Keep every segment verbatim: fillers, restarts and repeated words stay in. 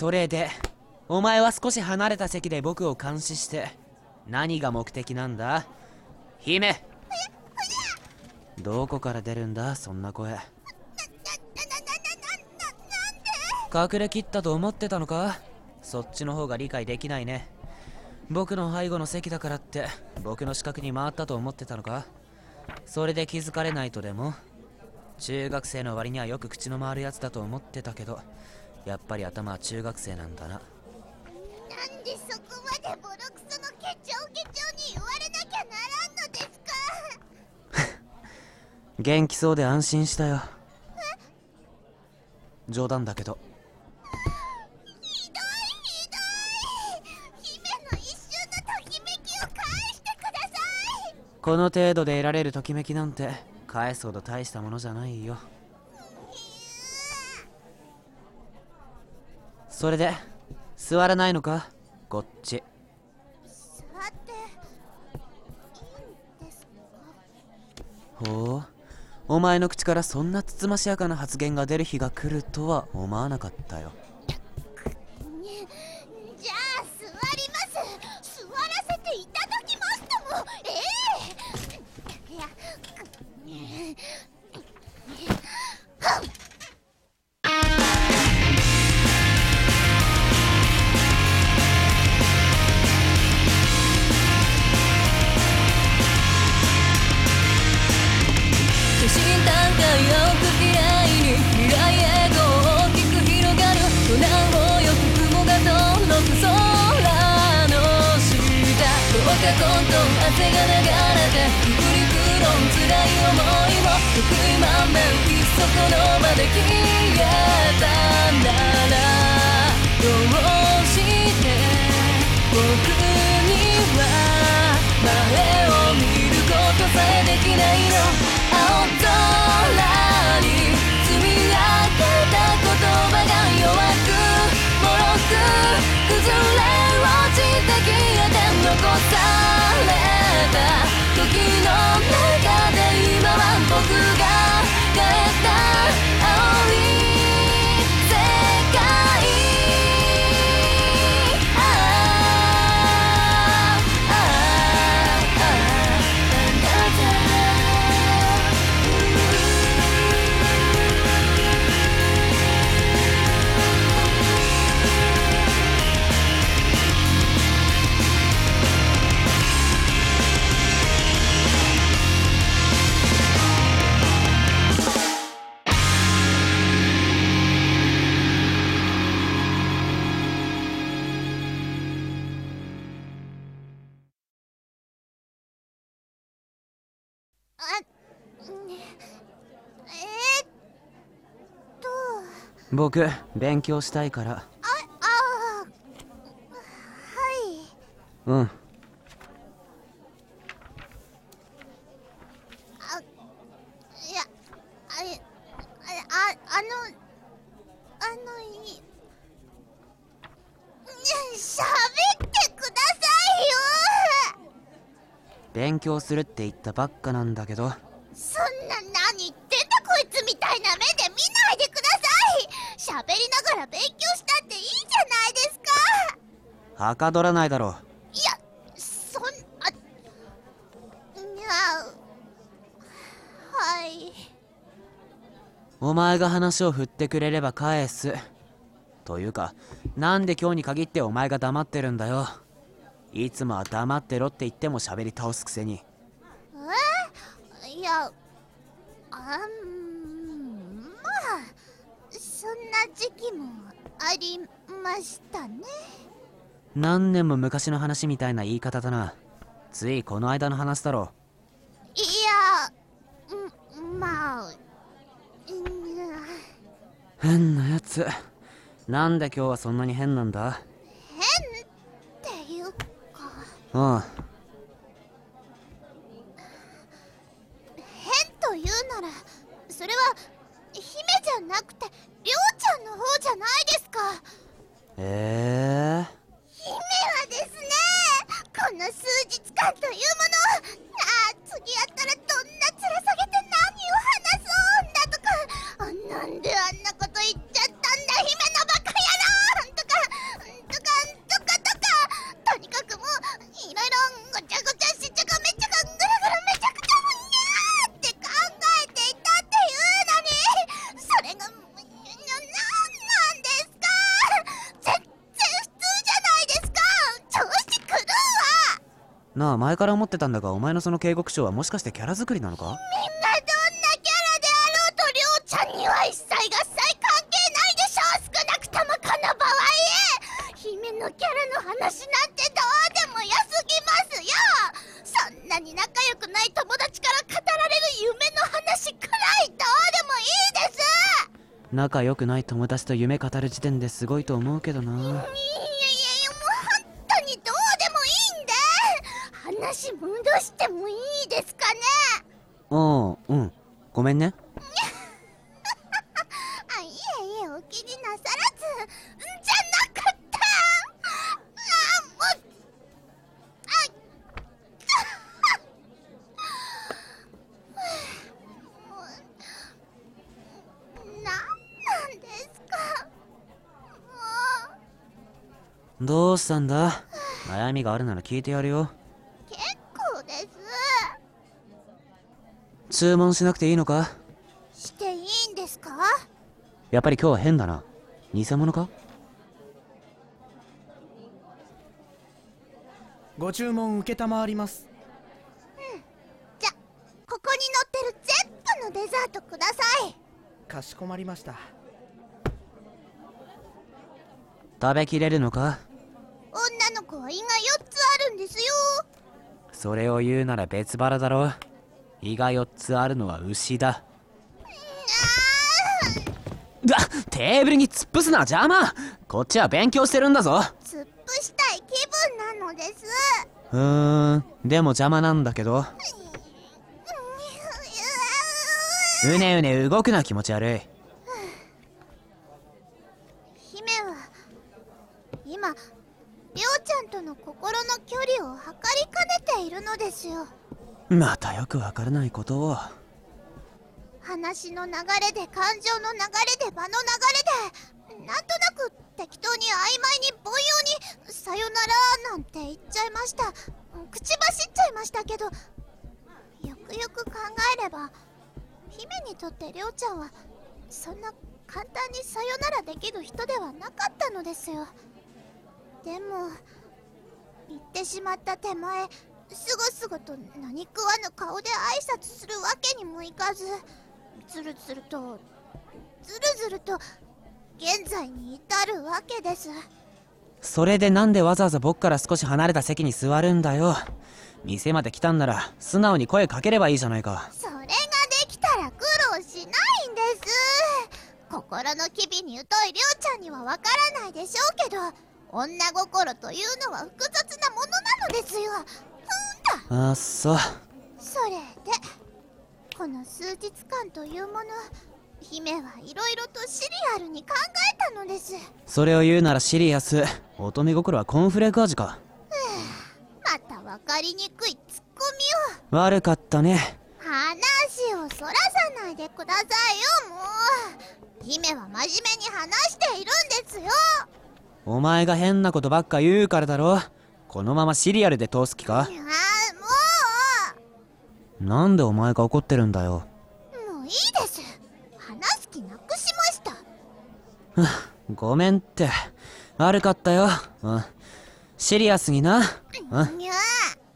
それでお前は少し離れた席で僕を監視して何が目的なんだ姫。どこから出るんだそんな声。隠れきったと思ってたのか。そっちの方が理解できないね。僕の背後の席だからって僕の死角に回ったと思ってたのか。それで気づかれないとでも。中学生の割にはよく口の回るやつだと思ってたけど、やっぱり頭は中学生なんだな。 なんでそこまでボロクソのケチョウケチョウに言われなきゃならんのですか。 元気そうで安心したよ。冗談だけど。 ひどいひどい。姫の一瞬のときめきを返してください。 この程度で得られるときめきなんて返すほど大したものじゃないよ。それで座らないのかこっち。 座っていいんですか。 ほう、お前の口からそんなつつましやかな発言が出る日が来るとは思わなかったよ。 じゃあ座ります。座らせていただきますとも。ええいや初心段階をく嫌いに未来へと大きく広がる都南をよく雲が飛んどく空の下どうか混沌汗が流れてくくりくろん辛い思いも得意満面いっそこの場で消えたならどうして僕には前を見ることさえできないの。青空に積み上げた言葉が弱く脆く崩れ落ちて消えて残された時の中で今は僕が変えた青い世界。あああああああえー、っと僕勉強したいから。 ああはい。 うん。 あいやあれああのあのい喋ってくださいよ。 勉強するって言ったばっかなんだけど。 そんな何言ってんだこいつみたいな目で見ないでください。喋りながら勉強したっていいじゃないですか。 はかどらないだろう。 いやそんあいやはい。 お前が話を振ってくれれば返す。というかなんで今日に限ってお前が黙ってるんだよ。いつもは黙ってろって言っても喋り倒すくせに。 えいやあんまあそんな時期もありましたね。 何年も昔の話みたいな言い方だな。ついこの間の話だろ。 いやんまあ変なやつ。なんで今日はそんなに変なんだ。 変っていうかああ、 変というならそれは姫じゃなくてりょうちゃんの方じゃないですか。 ええー、 姫はですねこの数日間というものああ次やったらどんな面下げて何を話そうだとかあなんであんなこと言っちゃったんだ姫のバカ野郎とかなあ、前から思ってたんだが、お前のその警告書はもしかしてキャラ作りなのか？ みんなどんなキャラであろうとりょうちゃんには一切合切関係ないでしょ。少なくともこの場合姫のキャラの話なんてどうでもよすぎますよ。そんなに仲良くない友達から語られる夢の話くらいどうでもいいです。 仲良くない友達と夢語る時点ですごいと思うけどな。 いやいやいや、もう本当にどうでもいいんで話戻してもいいですかね。 おう、うん、ごめんね。 あ、いえいえ、お気になさらず。じゃなかった。あ、もうあなんなんですかもう。 どうしたんだ？悩みがあるなら聞いてやるよ。 結構です。 注文しなくていいのか？ していいんですか？ やっぱり今日は変だな。偽物か？ ご注文受けたまわります。 じゃ、ここに載ってる全部のデザートください。 かしこまりました。 食べきれるのか？ 女の子は胃がよっつあるんですよ。 それを言うなら別腹だろ。胃がよっつあるのは牛だ。だ、テーブルに突っ伏すな邪魔。こっちは勉強してるんだぞ。 突っ伏したい気分なのです。 うーん、でも邪魔なんだけど。うねうね動くな、気持ち悪い。 姫は今りょうちゃんとの心の距離を測りかねているのですよ。 またよくわからないことを。 話の流れで感情の流れで場の流れでなんとなく適当に曖昧に凡庸にさよならなんて言っちゃいました。口走っちゃいましたけど、よくよく考えれば姫にとってりょうちゃんはそんな簡単にさよならできる人ではなかったのですよ。でも言ってしまった手前、すごすごと何食わぬ顔で挨拶するわけにもいかず、ずるずるとずるずると現在に至るわけです。 それでなんでわざわざ僕から少し離れた席に座るんだよ。店まで来たんなら素直に声かければいいじゃないか。 それができたら苦労しないんです。心の機微に疎いりょうちゃんにはわからないでしょうけど、女心というのは複雑なものなのですよ。ふんだ。 あっそ。 それでこの数日間というもの、姫はいろいろとシリアルに考えたのです。 それを言うならシリアス。乙女心はコーンフレーク味か。 また分かりにくいツッコミを。 悪かったね。 話をそらさないでくださいよ、もう。姫は真面目に話しているんですよ。 お前が変なことばっか言うからだろ。このままシリアルで通す気か？ いや、もなんでお前が怒ってるんだよ。 うもういいです。話す気なくしました。 ごめんって。悪かったよ。うん。シリアスにな。うん。 にゃ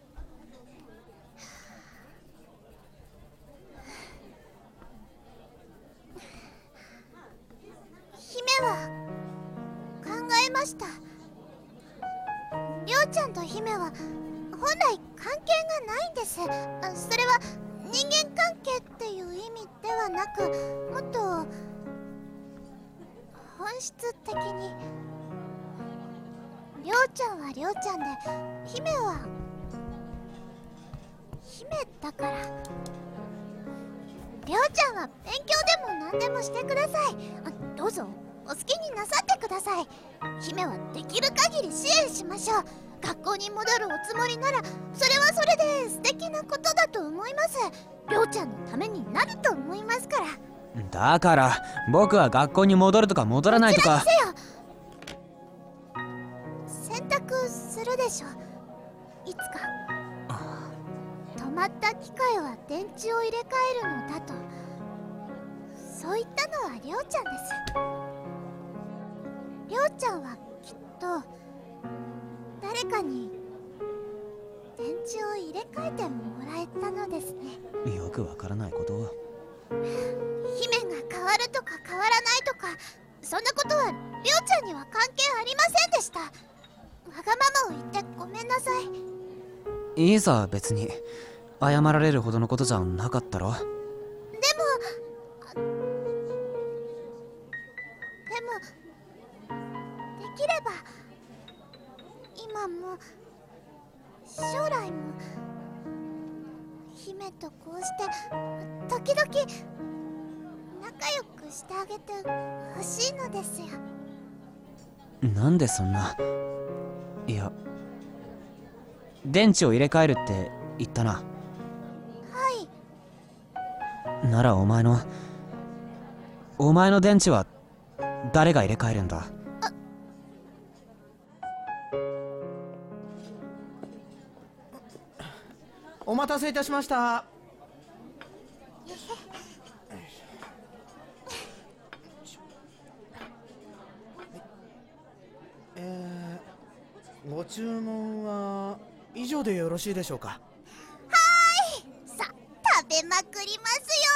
姫は考えました。りょうちゃんと姫は本来関係がないんです。それは人間関係っていう意味ではなく、もっと本質的にりょうちゃんはりょうちゃんで、姫は姫だから。りょうちゃんは勉強でも何でもしてください。どうぞお好きになさってください。姫はできる限り支援しましょう。学校に戻るおつもりならそれはそれで素敵なことだと思います。りょうちゃんのためになると思いますから。 だから僕は学校に戻るとか戻らないとか。 選択するでしょ、いつか。止まった機械は電池を入れ替えるのだと、そう言ったのはりょうちゃんです。りょうちゃんはきっと誰かに電池した。わがままを言ってごめんなさい。 いいさ、別に謝られるほどのことじゃなかったろ。 でもあでもできれば今も将来も姫とこうして時々仲良くしてあげてほしいのですよ。 なんでそんな。いや、電池を入れ替えるって言ったな。 はい。 ならお前のお前の電池は誰が入れ替えるんだ。 お待たせいたしました。えー、ご注文は以上でよろしいでしょうか。 はーい、さ、食べまくり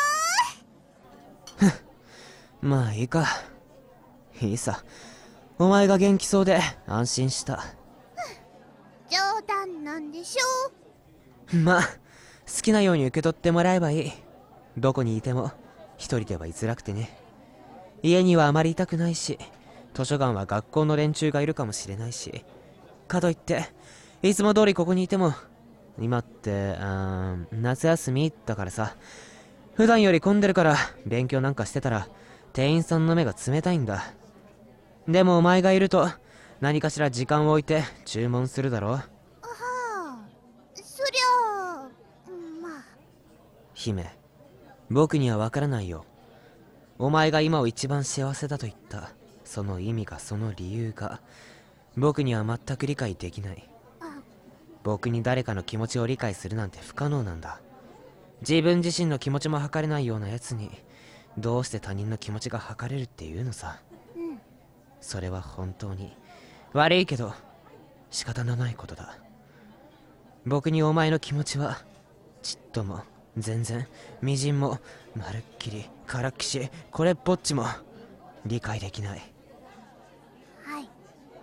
ますよまあいいか。いいさ、お前が元気そうで安心した。 冗談なんでしょう。 まあ好きなように受け取ってもらえばいい。どこにいても一人では居づらくてね。家にはあまりいたくないし、図書館は学校の連中がいるかもしれないし、かといっていつも通りここにいても、今ってあー夏休みだからさ、普段より混んでるから勉強なんかしてたら店員さんの目が冷たいんだ。でもお前がいると何かしら時間を置いて注文するだろ。 はあ、そりゃあ、まあ。 姫、僕にはわからないよ。お前が今を一番幸せだと言ったその意味が、その理由が僕には全く理解できない。僕に誰かの気持ちを理解するなんて不可能なんだ。自分自身の気持ちも測れないようなやつにどうして他人の気持ちが測れるっていうのさ。 うん、 それは本当に悪いけど仕方のないことだ。僕にお前の気持ちはちっとも全然みじんもまるっきりからっきしこれっぽっちも理解できない。 はい。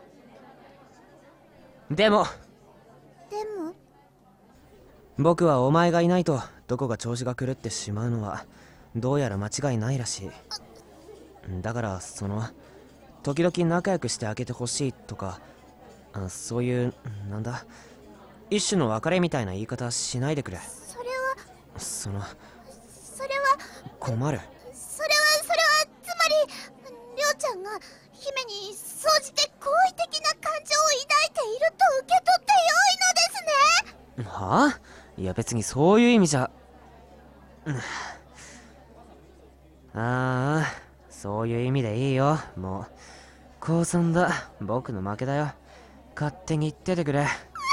でもでも僕はお前がいないとどこが調子が狂ってしまうのはどうやら間違いないらしい。だからその時々仲良くしてあげてほしいとか、あそういうなんだ一種の別れみたいな言い方しないでくれ。 それはそのそれは困る。 それはそれはつまりりょうちゃんが姫に総じて好意的な感情を抱いていると受け取って良いのですね。 はあ？いや別にそういう意味じゃ。ああ、そういう意味でいいよ。もう降参だ。僕の負けだよ。勝手に言っててくれ。 では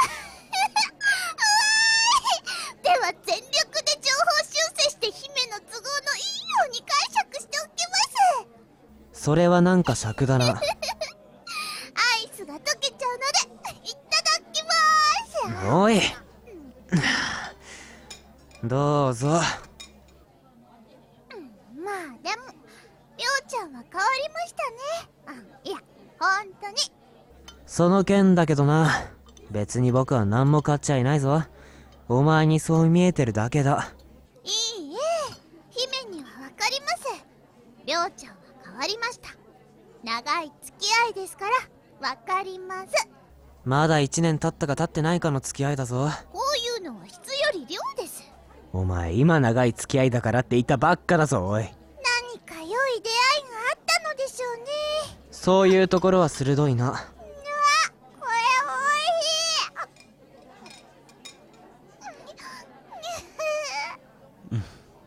全力で情報修正して姫の都合のいいように解釈しておきます。 それはなんか尺だな。 アイスが溶けちゃうのでいただきます。 おいどうぞ。 まあでもりょうちゃんは変わりましたね。あ、いや本当に。 その件だけどな、別に僕は何も買っちゃいないぞ。お前にそう見えてるだけだ。 いいえ、姫にはわかります。りょうちゃんは変わりました。長い付き合いですからわかります。 まだ一年経ったか経ってないかの付き合いだぞ。 こういうのは質より量です。 お前今長い付き合いだからって言ったばっかだぞ。おい、 何か良い出会いがあったのでしょうね。 そういうところは鋭いな。 うわ、これおいしい。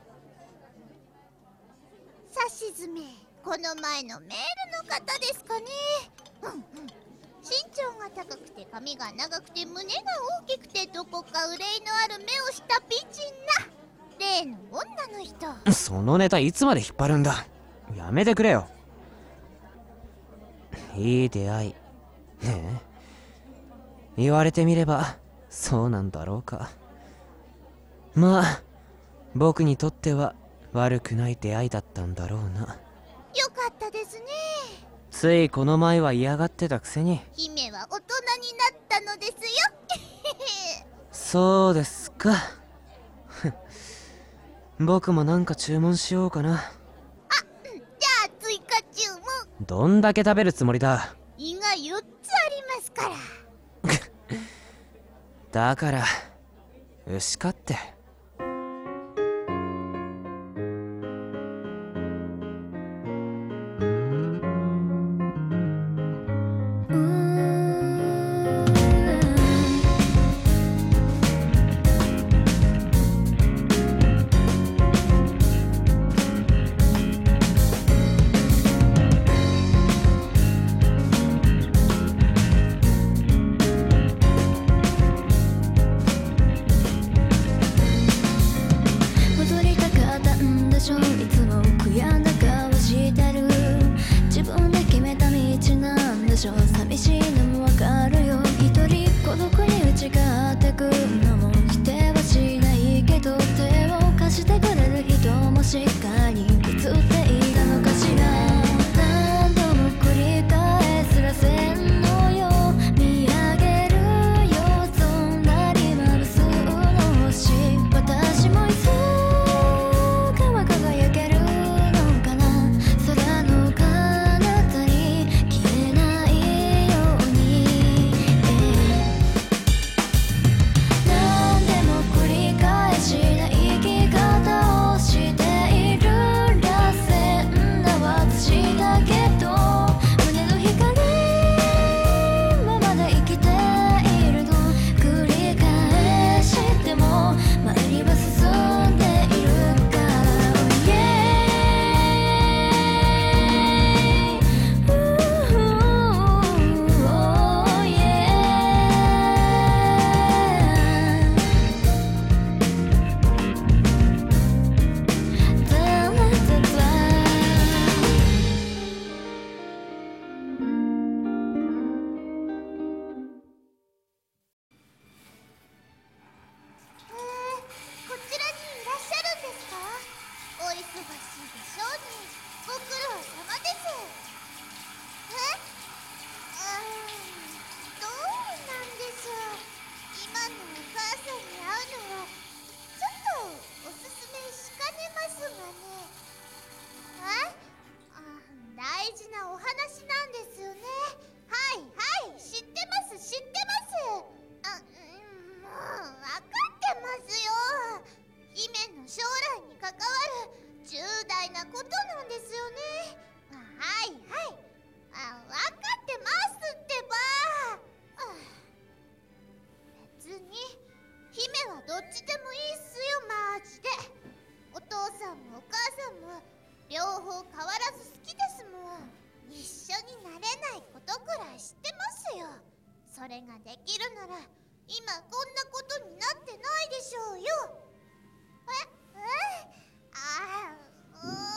さしずめ、この前のメールの方ですかね。うんうん。身長が高くて髪が長くて胸が大きくてどこか憂いのある目をした美人な例の女の人。 そのネタいつまで引っ張るんだ。やめてくれよ。いい出会い。ねえ、言われてみればそうなんだろうか。まあ僕にとっては悪くない出会いだったんだろうな。 よかったですね。 ついこの前は嫌がってたくせに。 姫は大人になったのですよ。 そうですか。僕もなんか注文しようかな。 じゃあ追加注文。 どんだけ食べるつもりだ。 胃がよっつありますから。 だから牛かって。 それができるなら今こんなことになってないでしょうよ。ええああうー